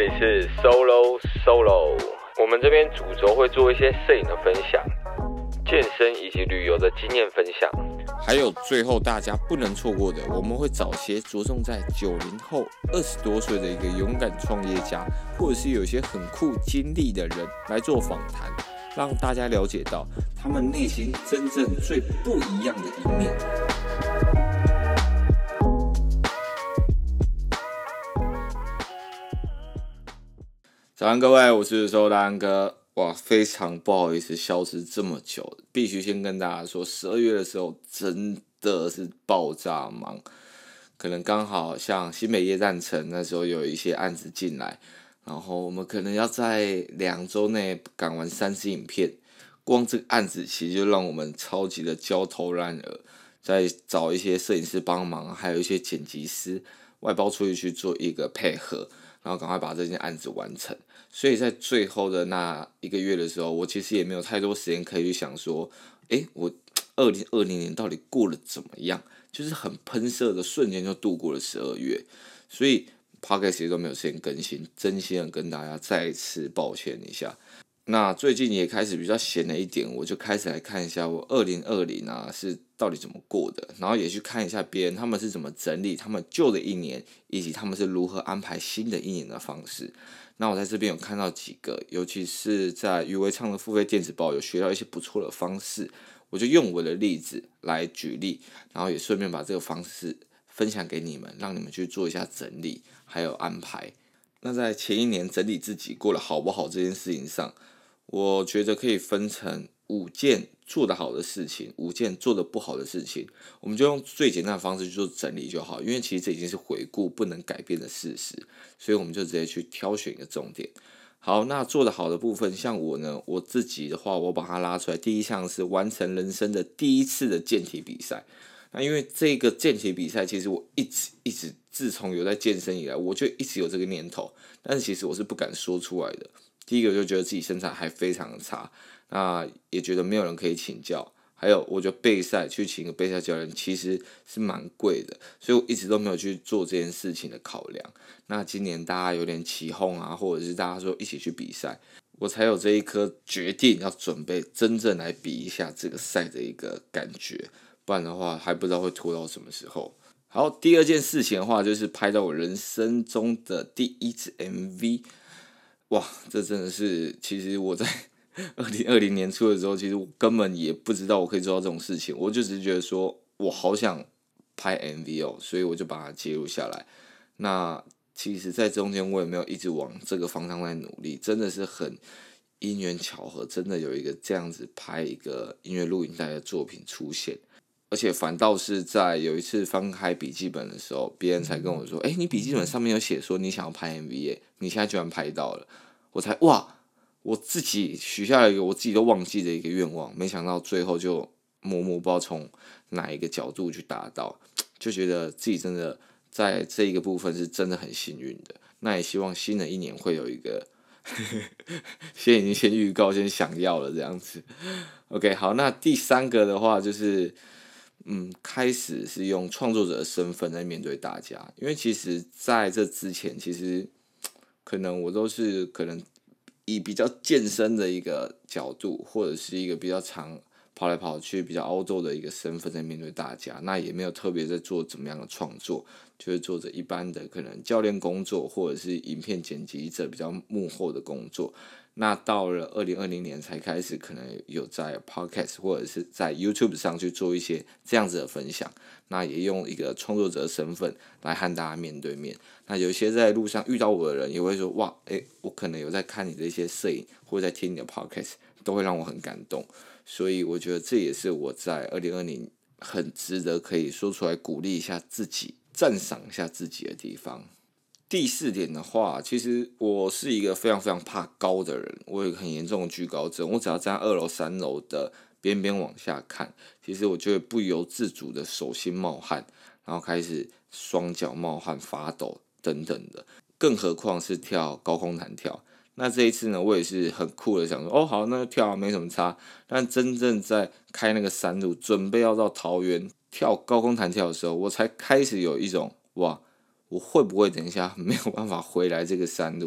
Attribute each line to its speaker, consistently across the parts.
Speaker 1: 里是 Solo， 我们这边主轴会做一些摄影的分享、健身以及旅游的经验分享，
Speaker 2: 还有最后大家不能错过的，我们会找些着重在90后、20多岁的一个勇敢创业家，或者是有一些很酷经历的人来做访谈，让大家了解到他们内心真正最不一样的一面。早安各位，我是周大安哥。哇，非常不好意思消失这么久，必须先跟大家说，12月的时候真的是爆炸忙，可能刚好像新北耶诞城那时候有一些案子进来，然后我们可能要在2周内赶完3支影片，光这个案子其实就让我们超级的焦头烂额，再找一些摄影师帮忙，还有一些剪辑师外包出去做一个配合，然后赶快把这件案子完成。所以在最后的那1个月的时候，我其实也没有太多时间可以去想说，我2020年到底过得怎么样？就是很喷射的瞬间就度过了12月，所以 Podcast 也都没有时间更新，真心的跟大家再一次抱歉一下。那最近也开始比较闲了一点，我就开始来看一下我2020是到底怎么过的，然后也去看一下别人他们是怎么整理他们旧的一年，以及他们是如何安排新的一年的方式。那我在这边有看到几个，尤其是在余维畅的付费电子报有学到一些不错的方式，我就用我的例子来举例，然后也顺便把这个方式分享给你们，让你们去做一下整理还有安排。那在前一年整理自己过得好不好这件事情上，我觉得可以分成5件做得好的事情，5件做得不好的事情，我们就用最简单的方式去做整理就好，因为其实这已经是回顾不能改变的事实，所以我们就直接去挑选一个重点。好，那做得好的部分，像我呢，我自己的话，我把它拉出来，第一项是完成人生的第一次的健体比赛。那因为这个健体比赛，其实我一直自从有在健身以来，我就一直有这个念头，但是其实我是不敢说出来的。第一个就觉得自己身材还非常的差，那也觉得没有人可以请教，还有我觉得备赛去请个备赛教练其实是蛮贵的，所以我一直都没有去做这件事情的考量。那今年大家有点起哄啊，或者是大家说一起去比赛，我才有这一颗决定要准备真正来比一下这个赛的一个感觉，不然的话还不知道会拖到什么时候。好，第二件事情的话，就是拍到我人生中的第一支 MV。哇，这真的是，其实我在2020年初的时候，其实我根本也不知道我可以做到这种事情，我就只是觉得说我好想拍 MV 哦，所以我就把它记录下来。那其实，在中间我也没有一直往这个方向在努力，真的是很因缘巧合，真的有一个这样子拍一个音乐录影带的作品出现。而且反倒是在有一次翻开笔记本的时候，别人才跟我说：“你笔记本上面有写说你想要拍 MV 耶，你现在居然拍到了。”我才哇，我自己许下了一个我自己都忘记的一个愿望，没想到最后就默默不知道从哪一个角度去达到，就觉得自己真的在这一个部分是真的很幸运的。那也希望新的一年会有一个已经先预告，先想要了这样子。OK， 好，那第3个的话就是。开始是用创作者的身份在面对大家，因为其实在这之前，其实可能我都是以比较健身的一个角度，或者是一个比较常跑来跑去、比较outdoor的一个身份在面对大家，那也没有特别在做怎么样的创作，就是做着一般的可能教练工作，或者是影片剪辑者比较幕后的工作。那到了2020年才开始，可能有在 Podcast 或者是在 YouTube 上去做一些这样子的分享。那也用一个创作者的身份来和大家面对面。那有一些在路上遇到我的人也会说：“哇，我可能有在看你的一些摄影，或者在听你的 Podcast， 都会让我很感动。”所以我觉得这也是我在2020很值得可以说出来鼓励一下自己、赞赏一下自己的地方。第4点的话，其实我是一个非常非常怕高的人，我有很严重的惧高症。我只要站在2楼、3楼的边边往下看，其实我就会不由自主的手心冒汗，然后开始双脚冒汗、发抖等等的。更何况是跳高空弹跳。那这一次呢，我也是很酷的想说，好，那就跳没什么差。但真正在开那个山路，准备要到桃园跳高空弹跳的时候，我才开始有一种哇。我会不会等一下没有办法回来这个山路，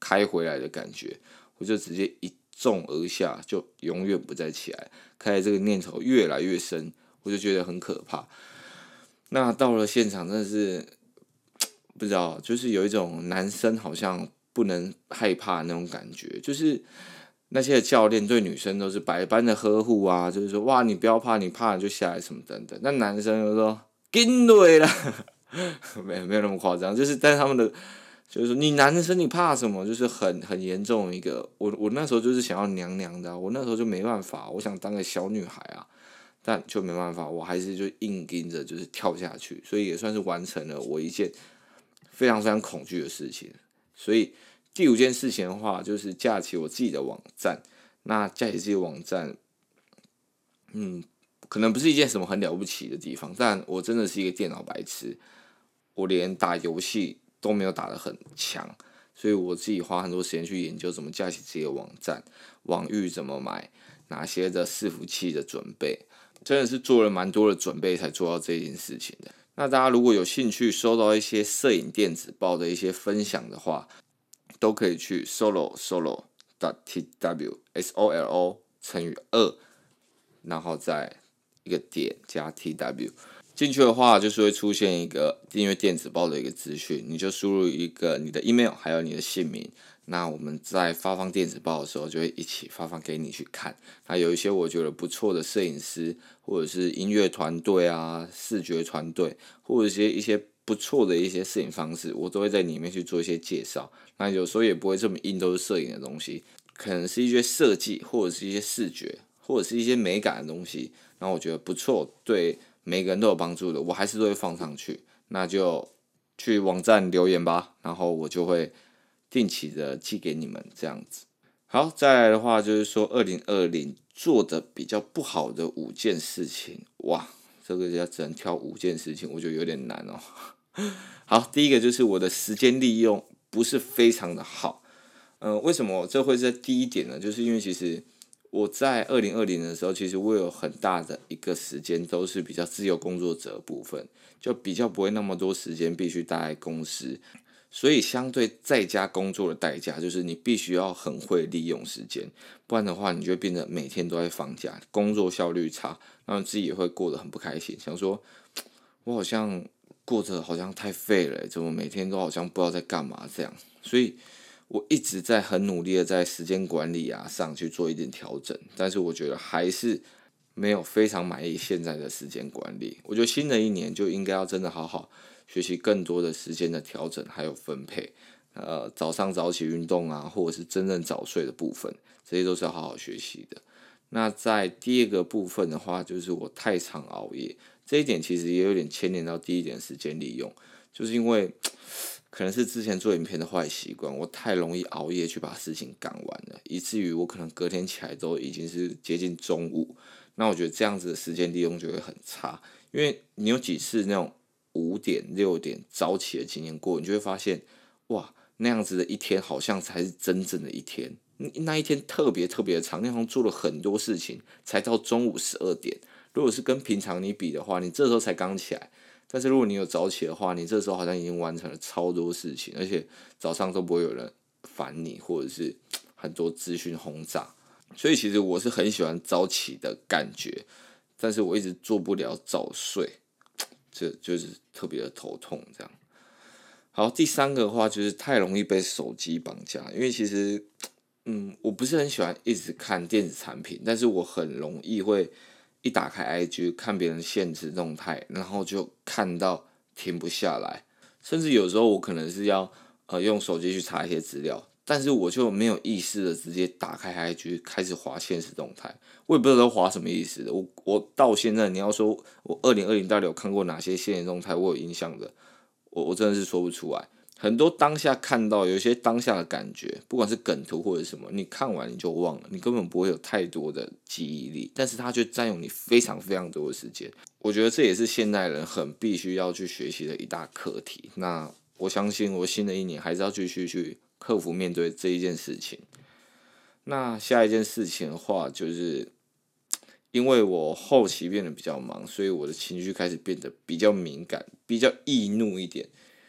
Speaker 2: 开回来的感觉，我就直接一纵而下，就永远不再起来。开始这个念头越来越深，我就觉得很可怕。那到了现场真的是不知道，就是有一种男生好像不能害怕那种感觉，就是那些教练对女生都是百般的呵护啊，就是说哇你不要怕，你怕了就下来什么等等。那男生就说紧对啦，没有那么夸张，就是但是他们的就是说你男生你怕什么，就是很严重的一个。我那时候就是想要娘娘的啊，我那时候就没办法，我想当个小女孩啊。但就没办法，我还是就硬盯着，就是跳下去，所以也算是完成了我一件非常非常恐惧的事情。所以第5件事情的话，就是架起我自己的网站。那架起自己的网站，可能不是一件什么很了不起的地方，但我真的是一个电脑白痴，我连打游戏都没有打得很强，所以我自己花很多时间去研究怎么架起自己的网站，网域怎么买，哪些的伺服器的准备。真的是做了蛮多的准备才做到这件事情的。那大家如果有兴趣收到一些摄影电子报的一些分享的话，都可以去 solo.tw solo 乘以2，然后再一个点加 tw 进去的话，就是会出现一个订阅电子报的一个资讯，你就输入一个你的 email 还有你的姓名。那我们在发放电子报的时候，就会一起发放给你去看。那有一些我觉得不错的摄影师，或者是音乐团队啊、视觉团队，或者是一些不错的一些摄影方式，我都会在里面去做一些介绍。那有时候也不会这么硬都是摄影的东西，可能是一些设计，或者是一些视觉，或者是一些美感的东西。然后我觉得不错，对每个人都有帮助的，我还是都会放上去。那就去网站留言吧，然后我就会定期的寄给你们这样子。好，再来的话就是说2020做的比较不好的5件事情。哇，这个要只能挑5件事情，我觉得有点难哦。好，第一个就是我的时间利用不是非常的好。为什么这会是在第一点呢？就是因为其实我在2020的时候，其实我有很大的一个时间都是比较自由工作者的部分，就比较不会那么多时间必须待在公司。所以相对在家工作的代价，就是你必须要很会利用时间，不然的话，你就会变得每天都在放假，工作效率差，然后自己也会过得很不开心，想说，我好像过得好像太废了，怎么每天都好像不知道在干嘛这样。所以我一直在很努力的在时间管理上去做一点调整，但是我觉得还是没有非常满意现在的时间管理。我觉得新的一年就应该要真的好好学习更多的时间的调整还有分配，早上早起运动啊，或者是真正早睡的部分，这些都是要好好学习的。那在第2个部分的话，就是我太常熬夜，这一点其实也有点牵连到第1点时间利用，就是因为可能是之前做影片的坏习惯，我太容易熬夜去把事情赶完了，以至于我可能隔天起来都已经是接近中午。那我觉得这样子的时间利用就会很差，因为你有几次那种5点、6点早起的经验过，你就会发现，哇，那样子的一天好像才是真正的一天。那一天特别特别的长，那好像做了很多事情，才到中午12点。如果是跟平常你比的话，你这时候才刚起来。但是如果你有早起的话，你这时候好像已经完成了超多事情，而且早上都不会有人烦你，或者是很多资讯轰炸。所以其实我是很喜欢早起的感觉，但是我一直做不了早睡，这就是特别的头痛这样。好，第3个的话就是太容易被手机绑架，因为其实我不是很喜欢一直看电子产品，但是我很容易会一打开 IG 看别人限时动态，然后就看到停不下来，甚至有时候我可能是要用手机去查一些资料，但是我就没有意识的直接打开 IG 开始滑限时动态，我也不知道滑什么意思的。我到现在你要说我2020到底有看过哪些限时动态我有印象的，我真的是说不出来。很多当下看到有一些当下的感觉，不管是梗图或者什么，你看完你就忘了，你根本不会有太多的记忆力，但是它却占用你非常非常多的时间。我觉得这也是现代人很必须要去学习的一大课题。那我相信我新的一年还是要继续去克服面对这一件事情。那下一件事情的话，就是因为我后期变得比较忙，所以我的情绪开始变得比较敏感，比较易怒一点。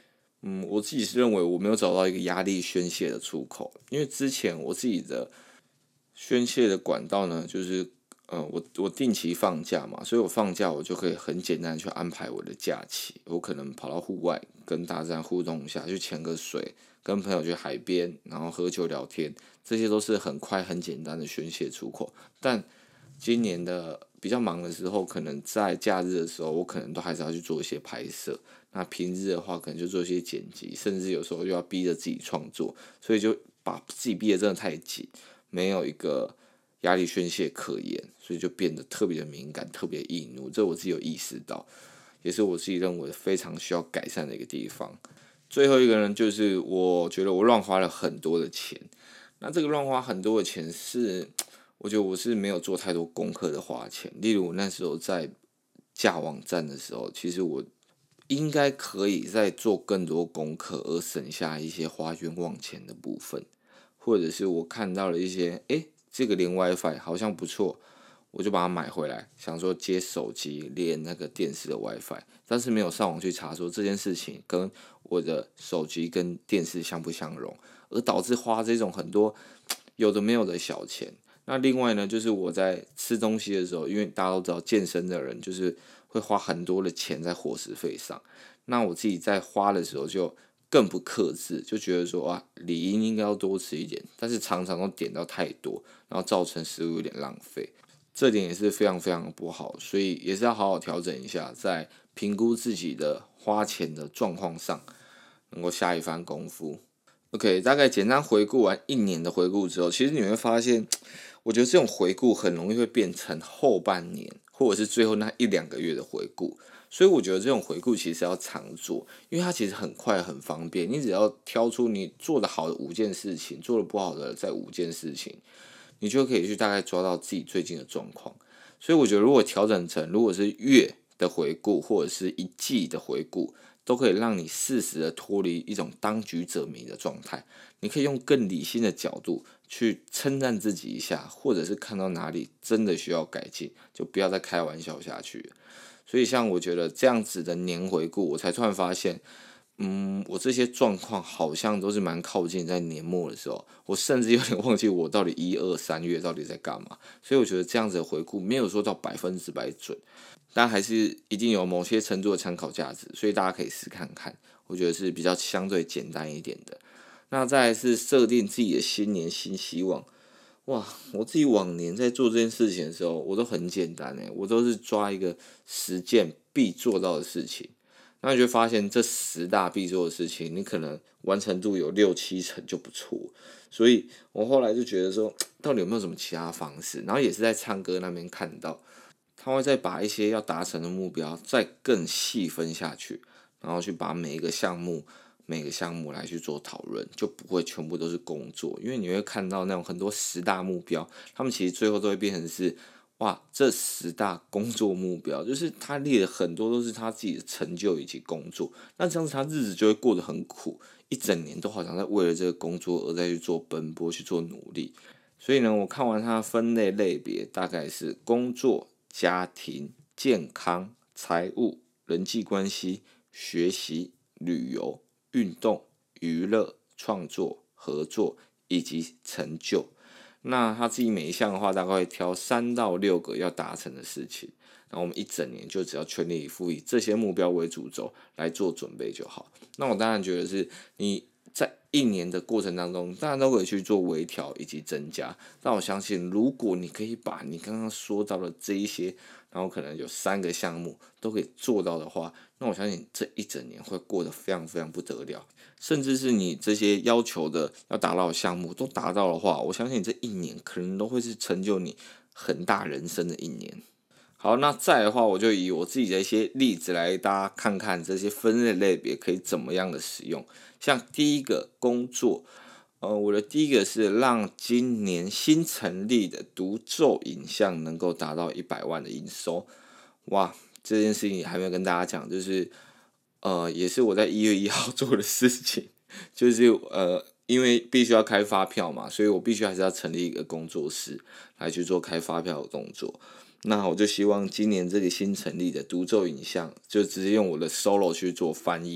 Speaker 2: 我自己是认为我没有找到一个压力宣泄的出口，因为之前我自己的宣泄的管道呢，就是我定期放假嘛，所以我放假我就可以很简单去安排我的假期，我可能跑到户外跟大自然互动一下，去潜个水，跟朋友去海边，然后喝酒聊天，这些都是很快很简单的宣泄出口。但今年的比较忙的时候，可能在假日的时候，我可能都还是要去做一些拍摄。那平日的话，可能就做一些剪辑，甚至有时候又要逼着自己创作，所以就把自己逼得真的太紧，没有一个压力宣泄可言，所以就变得特别的敏感，特别易怒。这我自己有意识到，也是我自己认为非常需要改善的一个地方。最后一个呢，就是我觉得我乱花了很多的钱。那这个乱花很多的钱是，我觉得我是没有做太多功课的花钱。例如我那时候在架网站的时候，其实我应该可以再做更多功课，而省下一些花冤枉钱的部分，或者是我看到了一些，这个连 WiFi 好像不错，我就把它买回来，想说接手机连那个电视的 WiFi，但是没有上网去查说这件事情跟我的手机跟电视相不相容，而导致花这种很多有的没有的小钱。那另外呢，就是我在吃东西的时候，因为大家都知道健身的人就是会花很多的钱在伙食费上，那我自己在花的时候就更不克制，就觉得说理应该要多吃一点，但是常常都点到太多，然后造成食物有点浪费，这点也是非常非常不好，所以也是要好好调整一下，在评估自己的花钱的状况上，能够下一番功夫。OK， 大概简单回顾完一年的回顾之后，其实你会发现，我觉得这种回顾很容易会变成后半年或者是最后那1-2个月的回顾，所以我觉得这种回顾其实要常做，因为它其实很快很方便，你只要挑出你做的好的5件事情，做的不好的再5件事情，你就可以去大概抓到自己最近的状况。所以我觉得如果调整成如果是月的回顾或者是1季的回顾，都可以让你适时的脱离一种当局者迷的状态，你可以用更理性的角度去称赞自己一下，或者是看到哪里真的需要改进，就不要再开玩笑下去了。所以像我觉得这样子的年回顾，我才突然发现，我这些状况好像都是蛮靠近在年末的时候，我甚至有点忘记我到底1、2、3月到底在干嘛。所以我觉得这样子的回顾没有说到100%准，但还是一定有某些程度的参考价值，所以大家可以试看看，我觉得是比较相对简单一点的。那再来是设定自己的新年新希望。哇，我自己往年在做这件事情的时候，我都很简单我都是抓一个10件必做到的事情，那你就发现这10大必做的事情，你可能完成度有6-7成就不错。所以我后来就觉得说，到底有没有什么其他方式？然后也是在唱歌那边看到，他会再把一些要达成的目标再更细分下去，然后去把每个项目来去做讨论，就不会全部都是工作。因为你会看到那种很多10大目标，他们其实最后都会变成是，这10大工作目标，就是他列的很多都是他自己的成就以及工作，那这样子他日子就会过得很苦，一整年都好像在为了这个工作而再去做奔波去做努力。所以呢，我看完他的分类类别，大概是工作、家庭、健康、财务、人际关系、学习、旅游、运动、娱乐、创作、合作以及成就。那他自己每一项的话，大概会挑3到6个要达成的事情，然后我们一整年就只要全力以赴以这些目标为主轴来做准备就好。那我当然觉得是你在1年的过程当中，当然都可以去做微调以及增加。但我相信，如果你可以把你刚刚说到的这一些，然后可能有3个项目都可以做到的话，那我相信这一整年会过得非常非常不得了。甚至是你这些要求的要达到的项目都达到的话，我相信你这1年可能都会是成就你很大人生的1年。好，那再来的话，我就以我自己的一些例子来大家看看这些分类类别可以怎么样的使用。像第一个工作，我的第一个是让今年新成立的独奏影像能够达到100万的营收。哇，这件事情还没有跟大家讲，就是也是我在1月1号做的事情，就是因为必须要开发票嘛，所以我必须还是要成立一个工作室来去做开发票的动作。那我就希望今年这个新成立的独奏影像，就直接用我的 solo 去做翻译，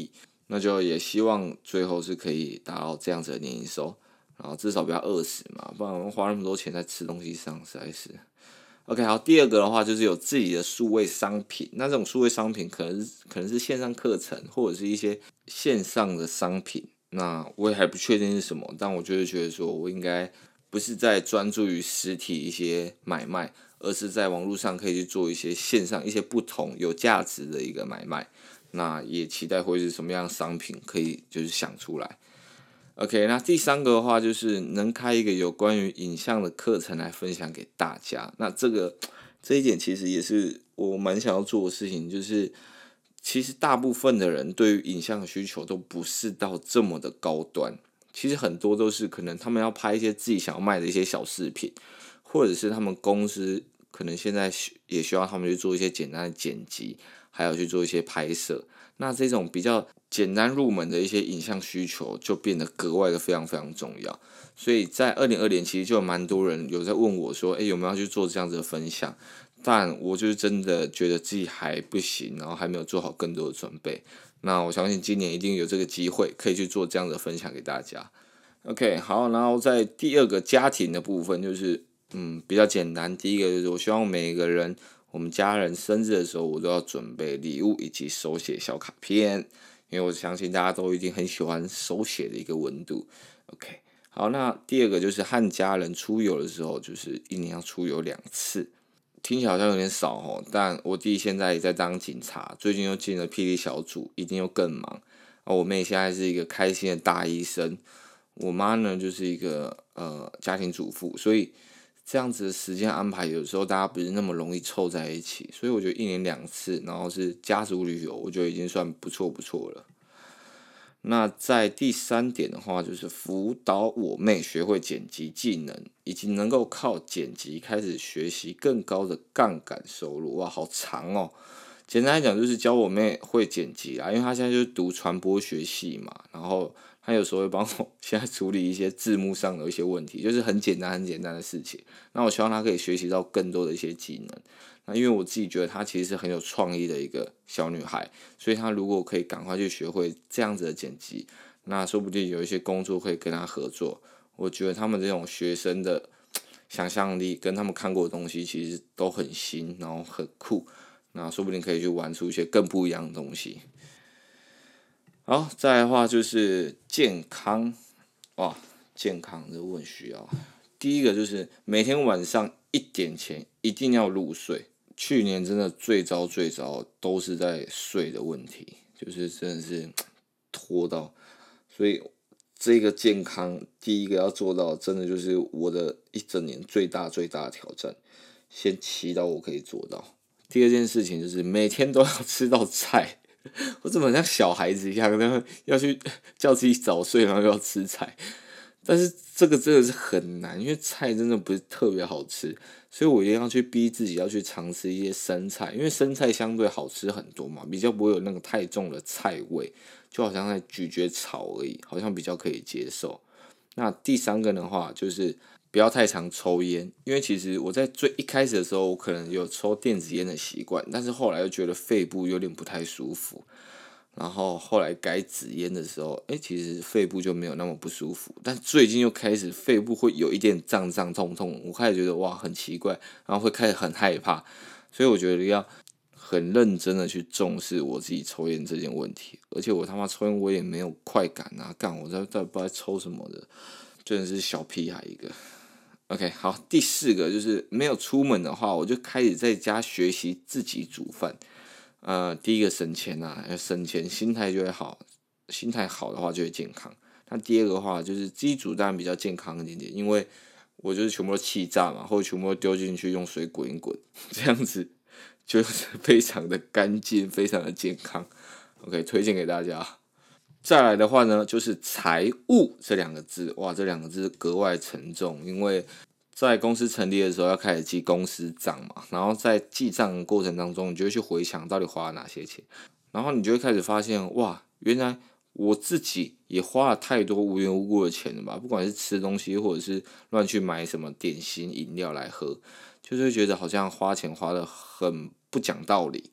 Speaker 2: 那就也希望最后是可以达到这样子的年营收，然后至少不要饿死嘛，不然我们花那么多钱在吃东西上，实在是。OK， 好，第二个的话就是有自己的数位商品，那这种数位商品可能是线上课程或者是一些线上的商品，那我也还不确定是什么，但我就是觉得说我应该不是在专注于实体一些买卖，而是在网络上可以去做一些线上一些不同有价值的一个买卖，那也期待会是什么样的商品可以就是想出来。OK， 那第三个的话就是能开一个有关于影像的课程来分享给大家。那这一点其实也是我蛮想要做的事情，就是其实大部分的人对于影像的需求都不是到这么的高端，其实很多都是可能他们要拍一些自己想要卖的一些小饰品，或者是他们公司可能现在也需要他们去做一些简单的剪辑，还有去做一些拍摄。那这种比较简单入门的一些影像需求就变得格外的非常非常重要，所以在2020年其实就有蛮多人有在问我说，有没有要去做这样子的分享？但我就是真的觉得自己还不行，然后还没有做好更多的准备。那我相信今年一定有这个机会可以去做这样的分享给大家。OK， 好，然后在第二个家庭的部分就是比较简单。第一个就是我希望每个人我们家人生日的时候，我都要准备礼物以及手写小卡片，因为我相信大家都一定很喜欢手写的一个温度。OK， 好，那第二个就是和家人出游的时候，就是一年要出游2次，听起来好像有点少哦，但我弟现在也在当警察，最近又进了霹雳小组，一定又更忙。我妹现在是一个开心的大医生，我妈呢就是一个家庭主妇，所以这样子的时间安排，有时候大家不是那么容易凑在一起，所以我觉得一年2次，然后是家族旅游，我觉得已经算不错了。那在第3点的话，就是辅导我妹学会剪辑技能，以及能够靠剪辑开始学习更高的杠杆收入。哇，好长哦！简单来讲，就是教我妹会剪辑啦，因为她现在就是读传播学系嘛，然后她有时候会帮我现在处理一些字幕上的一些问题，就是很简单的事情。那我希望她可以学习到更多的一些技能。那因为我自己觉得她其实是很有创意的一个小女孩，所以她如果可以赶快去学会这样子的剪辑，那说不定有一些工作可以跟她合作。我觉得他们这种学生的想象力跟他们看过的东西其实都很新，然后很酷，那说不定可以去玩出一些更不一样的东西。好，再来的话就是健康，哇，健康这我很需要。第一个就是每天晚上1点前一定要入睡。去年真的最糟都是在睡的问题，就是真的是拖到，所以这个健康第一个要做到，真的就是我的一整年最大的挑战，先祈祷我可以做到。第二件事情就是每天都要吃到菜，我怎么像小孩子一样，然后要去叫自己早睡，然后又要吃菜。但是这个真的是很难，因为菜真的不是特别好吃，所以我一定要去逼自己要去尝试一些生菜，因为生菜相对好吃很多嘛，比较不会有那个太重的菜味，就好像在咀嚼草而已，好像比较可以接受。那第3个的话就是不要太常抽烟，因为其实我在最一开始的时候，我可能有抽电子烟的习惯，但是后来又觉得肺部有点不太舒服。然后后来改纸烟的时候，其实肺部就没有那么不舒服，但最近又开始肺部会有一点胀痛，我开始觉得哇很奇怪，然后会开始很害怕，所以我觉得要很认真的去重视我自己抽烟这件问题，而且我他妈抽烟我也没有快感啊，我在不知道在抽什么的，真的是小屁孩一个。OK， 好，第4个就是没有出门的话，我就开始在家学习自己煮饭。第一个省钱啊，省钱心态就会好，心态好的话就会健康。那第2个的话就是自己煮当然比较健康一点，因为我就是全部都气炸嘛，或者全部都丢进去用水滚一滚，这样子就是非常的干净，非常的健康。OK， 推荐给大家。再来的话呢，就是财务这2个字，哇，这2个字格外沉重，因为在公司成立的时候要开始记公司账嘛，然后在记账的过程当中，你就会去回想到底花了哪些钱，然后你就会开始发现，哇，原来我自己也花了太多无缘无故的钱了吧，不管是吃东西或者是乱去买什么点心饮料来喝，就是会觉得好像花钱花得很不讲道理，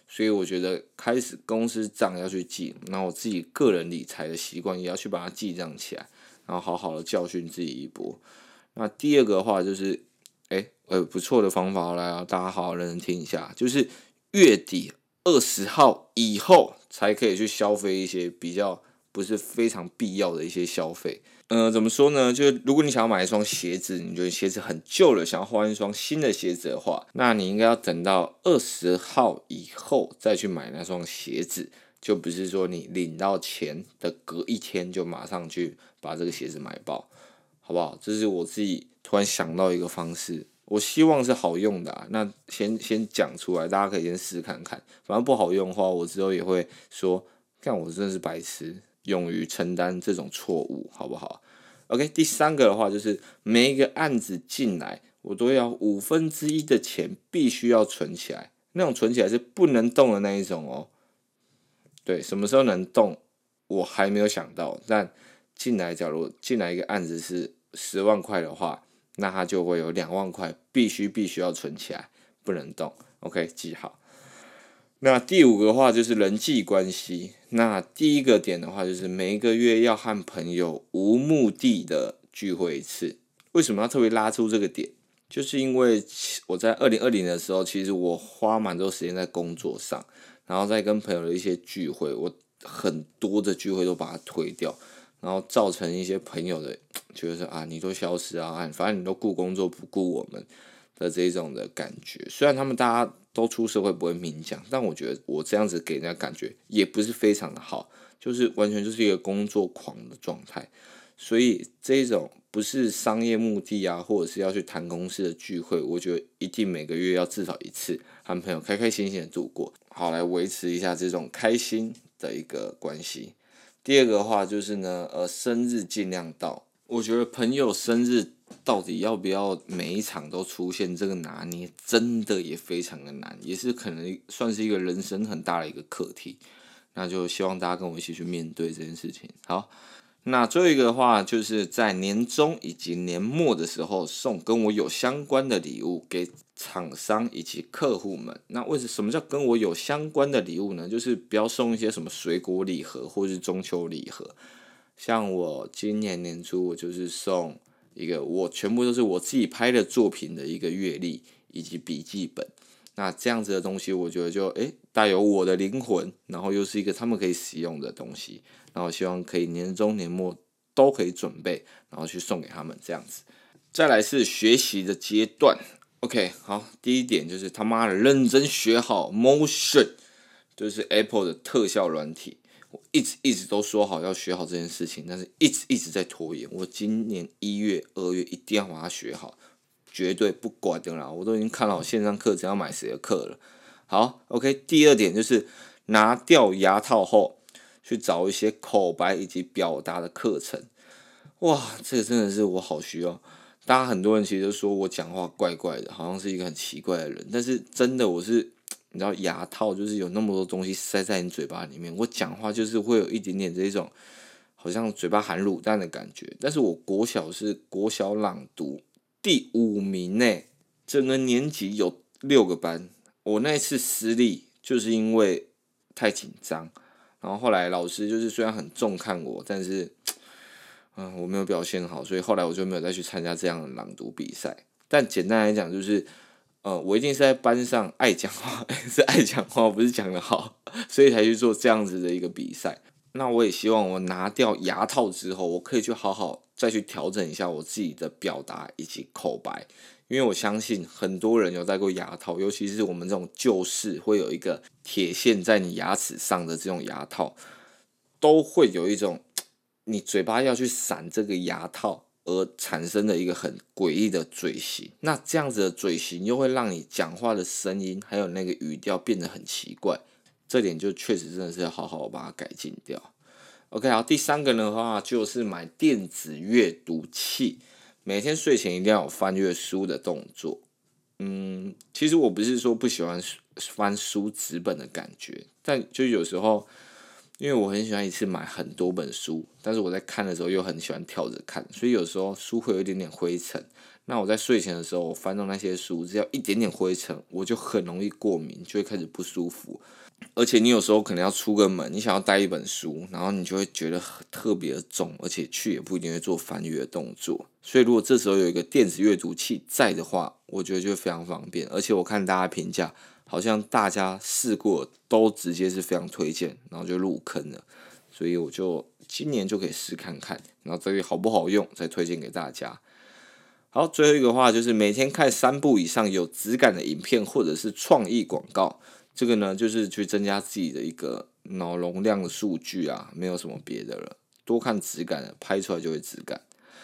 Speaker 2: 所以我觉得开始公司账要去记，然后我自己个人理财的习惯也要去把它记账起来，然后好好的教训自己一波。那第二个的话就是，不错的方法来啊，大家好好认真听一下，就是月底20号以后才可以去消费一些比较不是非常必要的一些消费。怎么说呢？就是如果你想要买一双鞋子，你觉得鞋子很旧了，想要换一双新的鞋子的话，那你应该要等到20号以后再去买那双鞋子，就不是说你领到钱的隔一天就马上去把这个鞋子买爆，好不好？这是我自己突然想到一个方式，我希望是好用的啊。那先讲出来，大家可以先试看看。反正不好用的话，我之后也会说，看我真的是白痴。勇于承担这种错误，好不好 ？OK， 第三个的话就是每一个案子进来，我都要1/5的钱必须要存起来，那种存起来是不能动的那一种哦。对，什么时候能动，我还没有想到。但假如进来一个案子是10万块的话，那它就会有2万块必须要存起来，不能动。OK， 记好。那第5个的话就是人际关系。那第一个点的话就是每一个月要和朋友无目的的聚会一次。为什么要特别拉出这个点？就是因为我在2020的时候，其实我花蛮多时间在工作上，然后再跟朋友的一些聚会，我很多的聚会都把它推掉，然后造成一些朋友的觉得说啊，你都消失啊，反正你都顾工作不顾我们的这种的感觉。虽然他们大家都出社会不会明讲，但我觉得我这样子给人家感觉也不是非常的好，就是完全就是一个工作狂的状态。所以这种不是商业目的啊，或者是要去谈公司的聚会，我觉得一定每个月要至少1次和朋友开开心心的度过，好来维持一下这种开心的一个关系。第二个的话就是呢，生日尽量到。我觉得朋友生日到底要不要每一场都出现，这个拿捏真的也非常的难，也是可能算是一个人生很大的一个课题。那就希望大家跟我一起去面对这件事情。好，那最后一个的话，就是在年终以及年末的时候送跟我有相关的礼物给厂商以及客户们。那什么叫跟我有相关的礼物呢？就是不要送一些什么水果礼盒或是中秋礼盒。像我今年年初，我就是送一个我全部都是我自己拍的作品的一个月历以及笔记本。那这样子的东西，我觉得就带有我的灵魂，然后又是一个他们可以使用的东西。然后希望可以年终年末都可以准备，然后去送给他们这样子。再来是学习的阶段。OK， 好，第一点就是他妈的认真学好 Motion， 就是 Apple 的特效软体。我一直都说好要学好这件事情，但是一直在拖延。我今年1月、2月一定要把它学好，绝对不管的啦！我都已经看好线上课程要买谁的课了。好 ，OK， 第二点就是拿掉牙套后，去找一些口白以及表达的课程。哇，这个真的是我好需要。大家很多人其实都说我讲话怪怪的，好像是一个很奇怪的人，但是真的我是。你知道牙套就是有那么多东西塞在你嘴巴里面，我讲话就是会有一点点这种好像嘴巴含卤蛋的感觉。但是我国小是国小朗读第5名呢，整个年级有6个班。我那一次失利就是因为太紧张，然后后来老师就是虽然很重看我，但是我没有表现好，所以后来我就没有再去参加这样的朗读比赛。但简单来讲就是我一定是在班上爱讲话，是爱讲话，不是讲得好，所以才去做这样子的一个比赛。那我也希望我拿掉牙套之后，我可以去好好再去调整一下我自己的表达以及口白，因为我相信很多人有戴过牙套，尤其是我们这种旧式会有一个铁线在你牙齿上的这种牙套，都会有一种你嘴巴要去闪这个牙套而产生的一个很诡异的嘴型。那这样子的嘴型又会让你讲话的声音还有那个语调变得很奇怪，这点就确实真的是要好好把它改进掉。OK， 好，第3个的话就是买电子阅读器，每天睡前一定要有翻阅书的动作。其实我不是说不喜欢翻书纸本的感觉，但就有时候因为我很喜欢一次买很多本书，但是我在看的时候又很喜欢跳着看，所以有时候书会有一点点灰尘。那我在睡前的时候，我翻到那些书，只要一点点灰尘，我就很容易过敏，就会开始不舒服。而且你有时候可能要出个门，你想要带一本书，然后你就会觉得特别的重，而且去也不一定会做翻阅的动作。所以如果这时候有一个电子阅读器在的话，我觉得就会非常方便。而且我看大家评价，好像大家试过都直接是非常推荐，然后就入坑了。所以我就今年就可以试看看，然后这个好不好用再推荐给大家。好，最后一个话就是每天看3部以上有质感的影片或者是创意广告。这个呢，就是去增加自己的一个脑容量的数据啊，没有什么别的了。多看质感的，拍出来就会质感。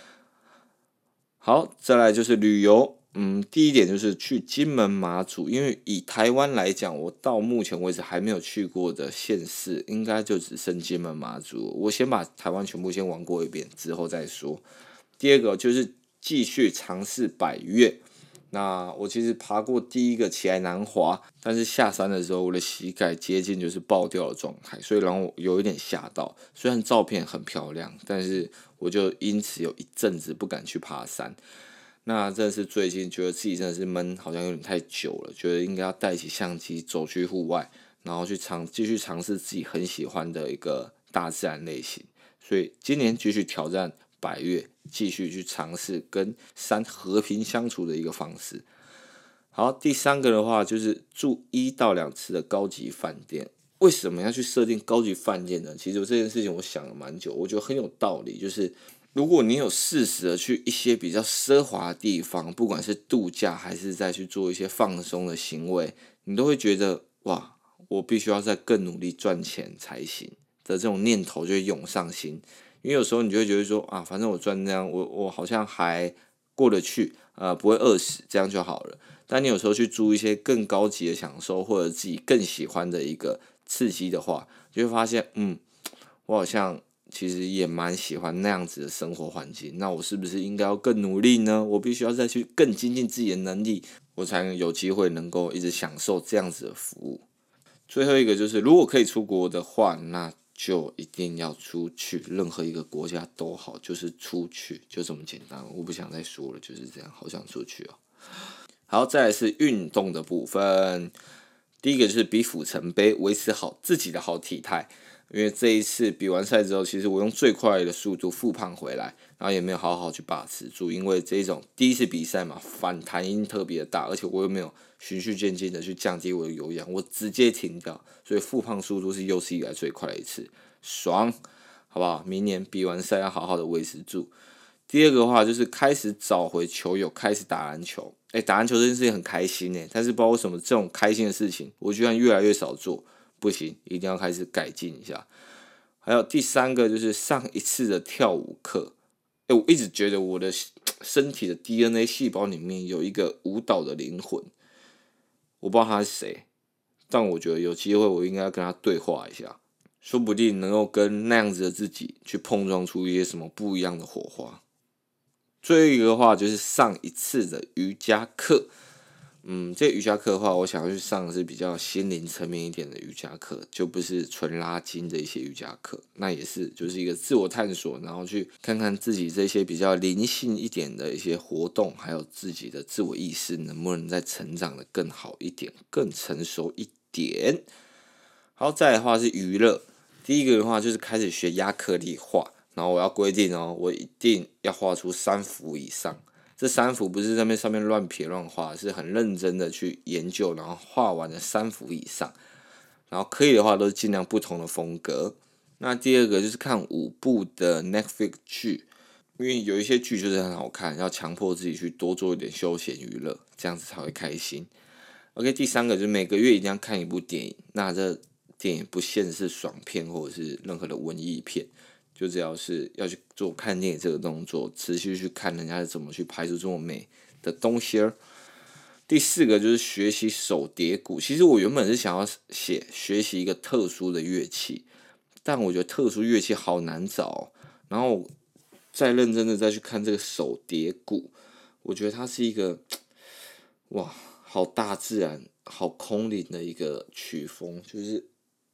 Speaker 2: 好，再来就是旅游。第一点就是去金门马祖，因为以台湾来讲，我到目前为止还没有去过的县市，应该就只剩金门马祖。我先把台湾全部先玩过一遍，之后再说。第二个就是继续尝试百岳。那我其实爬过第一个奇来南华，但是下山的时候我的膝盖接近就是爆掉的状态，所以让我有一点吓到。虽然照片很漂亮，但是我就因此有一阵子不敢去爬山。那真的是最近觉得自己真的是闷，好像有点太久了，觉得应该要带起相机走去户外，然后继续尝试自己很喜欢的一个大自然类型。所以今年继续挑战百岳，继续去尝试跟山和平相处的一个方式。好，第三个的话就是住1到2次的高级饭店。为什么要去设定高级饭店呢？其实这件事情我想了蛮久，我觉得很有道理。就是如果你有适时的去一些比较奢华的地方，不管是度假还是再去做一些放松的行为，你都会觉得哇，我必须要再更努力赚钱才行的这种念头就会涌上心。因为有时候你就会觉得说啊，反正我赚那样，我好像还过得去，不会饿死，这样就好了。但你有时候去租一些更高级的享受，或者自己更喜欢的一个刺激的话，就会发现，我好像其实也蛮喜欢那样子的生活环境。那我是不是应该要更努力呢？我必须要再去更精进自己的能力，我才能有机会能够一直享受这样子的服务。最后一个就是，如果可以出国的话，那就一定要出去，任何一个国家都好，就是出去，就这么简单。我不想再说了，就是这样，好想出去哦。好，再来是运动的部分。第一个就是比府成杯，维持好自己的好体态。因为这一次比完赛之后，其实我用最快的速度复胖回来，然后也没有好好去把持住。因为这一种第一次比赛嘛，反弹音特别大，而且我又没有循序渐进的去降低我的有氧，我直接停掉，所以复胖速度是有史以来最快的一次，爽，好不好？明年比完赛要好好的维持住。第二个话就是开始找回球友，开始打篮球。打篮球这件事情很开心但是不知道为什么这种开心的事情，我居然越来越少做，不行，一定要开始改进一下。还有第三个就是上一次的跳舞课，我一直觉得我的身体的 DNA 细胞里面有一个舞蹈的灵魂，我不知道他是谁，但我觉得有机会我应该要跟他对话一下，说不定能够跟那样子的自己去碰撞出一些什么不一样的火花。最后一个的话就是上一次的瑜伽课，这瑜伽课的话，我想要去上的是比较心灵层面一点的瑜伽课，就不是纯拉筋的一些瑜伽课。那也是就是一个自我探索，然后去看看自己这些比较灵性一点的一些活动，还有自己的自我意识能不能再成长的更好一点，更成熟一点。好，再来的话是娱乐，第一个的话就是开始学亚克力画。然后我要规定我一定要画出3幅以上。这3幅不是在上面乱撇乱画，是很认真的去研究，然后画完了3幅以上。然后可以的话，都是尽量不同的风格。那第二个就是看5部的 Netflix 剧，因为有一些剧就是很好看，要强迫自己去多做一点休闲娱乐，这样子才会开心。OK， 第三个就是每个月一定要看一部电影。那这电影不限是爽片或者是任何的文艺片。就只要是要去做看电影这个动作，持续去看人家是怎么去拍出这么美的东西。第4个就是学习手叠鼓。其实我原本是想要学习一个特殊的乐器，但我觉得特殊乐器好难找。然后再认真的再去看这个手叠鼓，我觉得它是一个好大自然、好空灵的一个曲风，就是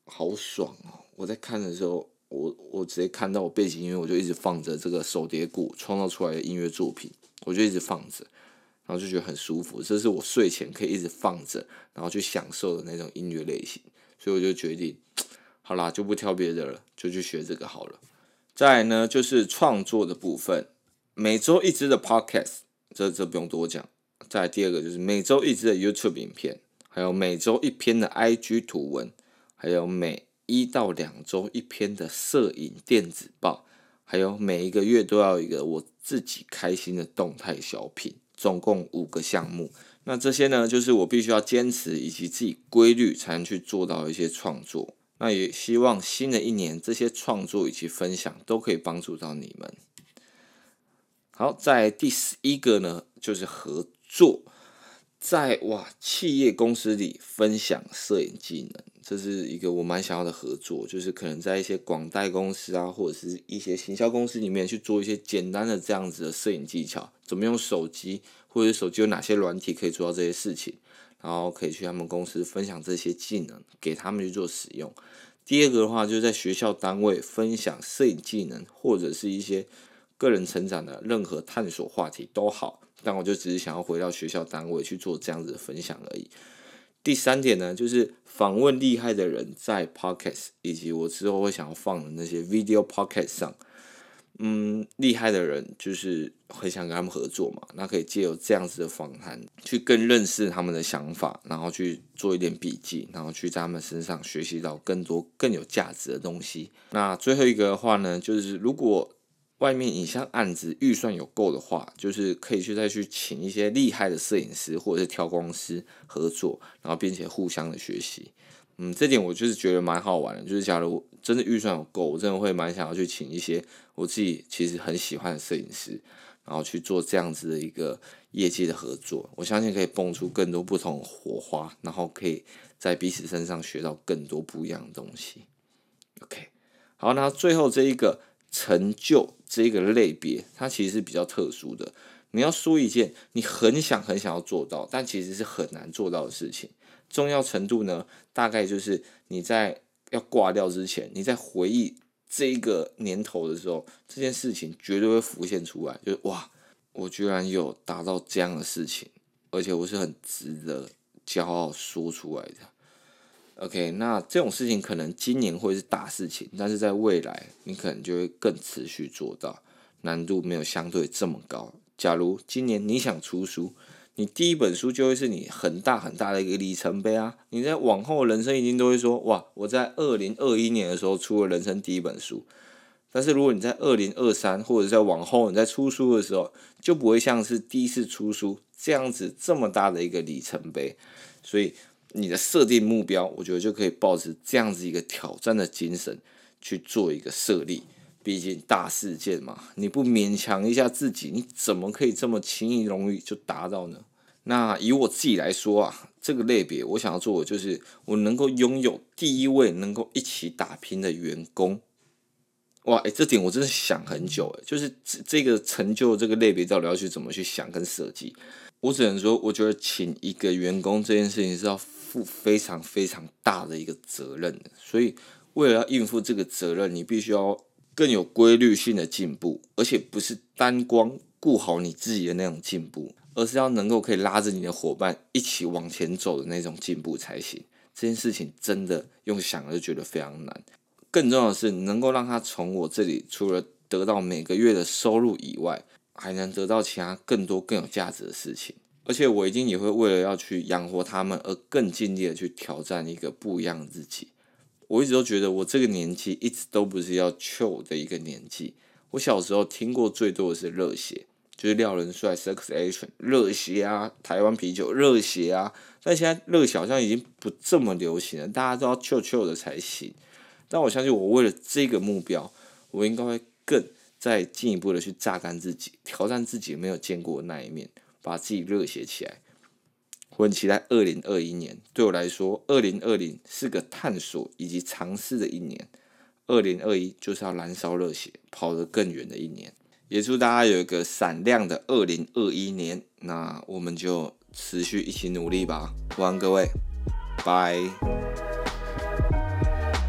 Speaker 2: 好爽哦！我在看的时候，我直接看到我背景音乐，我就一直放着这个手碟鼓创造出来的音乐作品，我就一直放着，然后就觉得很舒服。这是我睡前可以一直放着，然后去享受的那种音乐类型，所以我就决定，好啦，就不挑别的了，就去学这个好了。再来呢，就是创作的部分，每周一支的 podcast， 这不用多讲。再来第二个就是每周一支的 YouTube 影片，还有每周一篇的 IG 图文，还有每1到2周一篇的摄影电子报，还有每一个月都要有一个我自己开心的动态小品，总共5个项目。那这些呢，就是我必须要坚持以及自己规律才能去做到一些创作。那也希望新的一年这些创作以及分享都可以帮助到你们。好，在第11个呢，就是合作，在企业公司里分享摄影技能，这是一个我蛮想要的合作，就是可能在一些广代公司啊，或者是一些行销公司里面去做一些简单的这样子的摄影技巧，怎么用手机，或者是手机有哪些软体可以做到这些事情，然后可以去他们公司分享这些技能给他们去做使用。第二个的话，就是在学校单位分享摄影技能，或者是一些个人成长的任何探索话题都好，但我就只是想要回到学校单位去做这样子的分享而已。第3点呢，就是访问厉害的人在 podcast 以及我之后会想要放的那些 video podcast 上。厉害的人就是很想跟他们合作嘛，那可以借由这样子的访谈去更认识他们的想法，然后去做一点笔记，然后去在他们身上学习到更多更有价值的东西。那最后一个的话呢，就是如果外面影像案子预算有够的话，就是可以再去请一些厉害的摄影师或者是调光师合作，然后并且互相的学习。这点我就是觉得蛮好玩的，就是假如真的预算有够，我真的会蛮想要去请一些我自己其实很喜欢的摄影师，然后去做这样子的一个业界的合作。我相信可以蹦出更多不同的火花，然后可以在彼此身上学到更多不一样的东西。OK， 好，那最后这一个成就这一个类别，它其实是比较特殊的。你要说一件你很想要做到，但其实是很难做到的事情。重要程度呢，大概就是你在要挂掉之前，你在回忆这一个年头的时候，这件事情绝对会浮现出来，就是我居然有达到这样的事情，而且我是很值得骄傲说出来的。OK， 那这种事情可能今年会是大事情，但是在未来你可能就会更持续做到，难度没有相对这么高。假如今年你想出书，你第一本书就会是你很大的一个里程碑啊！你在往后人生一定都会说，我在2021年的时候出了人生第一本书。但是如果你在2023或者在往后你在出书的时候，就不会像是第一次出书这样子这么大的一个里程碑。所以你的设定目标，我觉得就可以抱持这样子一个挑战的精神去做一个设立。毕竟大事件嘛，你不勉强一下自己，你怎么可以这么轻易容易就达到呢？那以我自己来说啊，这个类别我想要做的就是我能够拥有第一位能够一起打拼的员工。这点我真的想很久，就是这个成就这个类别到底要去怎么去想跟设计。我只能说，我觉得请一个员工这件事情是要负非常非常大的一个责任的，所以为了要应付这个责任，你必须要更有规律性的进步，而且不是单光顾好你自己的那种进步，而是要能够可以拉着你的伙伴一起往前走的那种进步才行。这件事情真的用想了就觉得非常难。更重要的是，能够让他从我这里除了得到每个月的收入以外，还能得到其他更多更有价值的事情。而且我一定也会为了要去养活他们而更尽力的去挑战一个不一样的自己。我一直都觉得我这个年纪一直都不是要 chill 的一个年纪。我小时候听过最多的是热血，就是廖仁帅 Sex Action 热血啊，台湾啤酒热血啊。但现在热血好像已经不这么流行了，大家都要 chill 的才行。但我相信我为了这个目标，我应该会更再进一步的去榨干自己，挑战自己没有见过的那一面，把自己热血起来。我很期待2021年，对我来说2020是个探索以及尝试的一年，2021就是要燃烧热血跑得更远的一年。也祝大家有一个闪亮的2021年，那我们就持续一起努力吧。晚安各位，拜。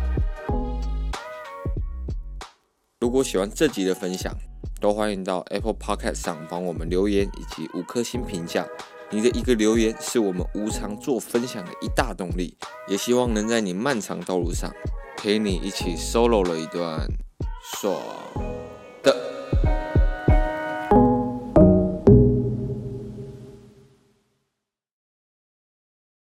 Speaker 2: 如果喜欢这集的分享，都欢迎到 Apple Podcast 上帮我们留言以及5颗星评价。你的一个留言是我们无偿做分享的一大动力，也希望能在你漫长道路上陪你一起 solo 了一段爽。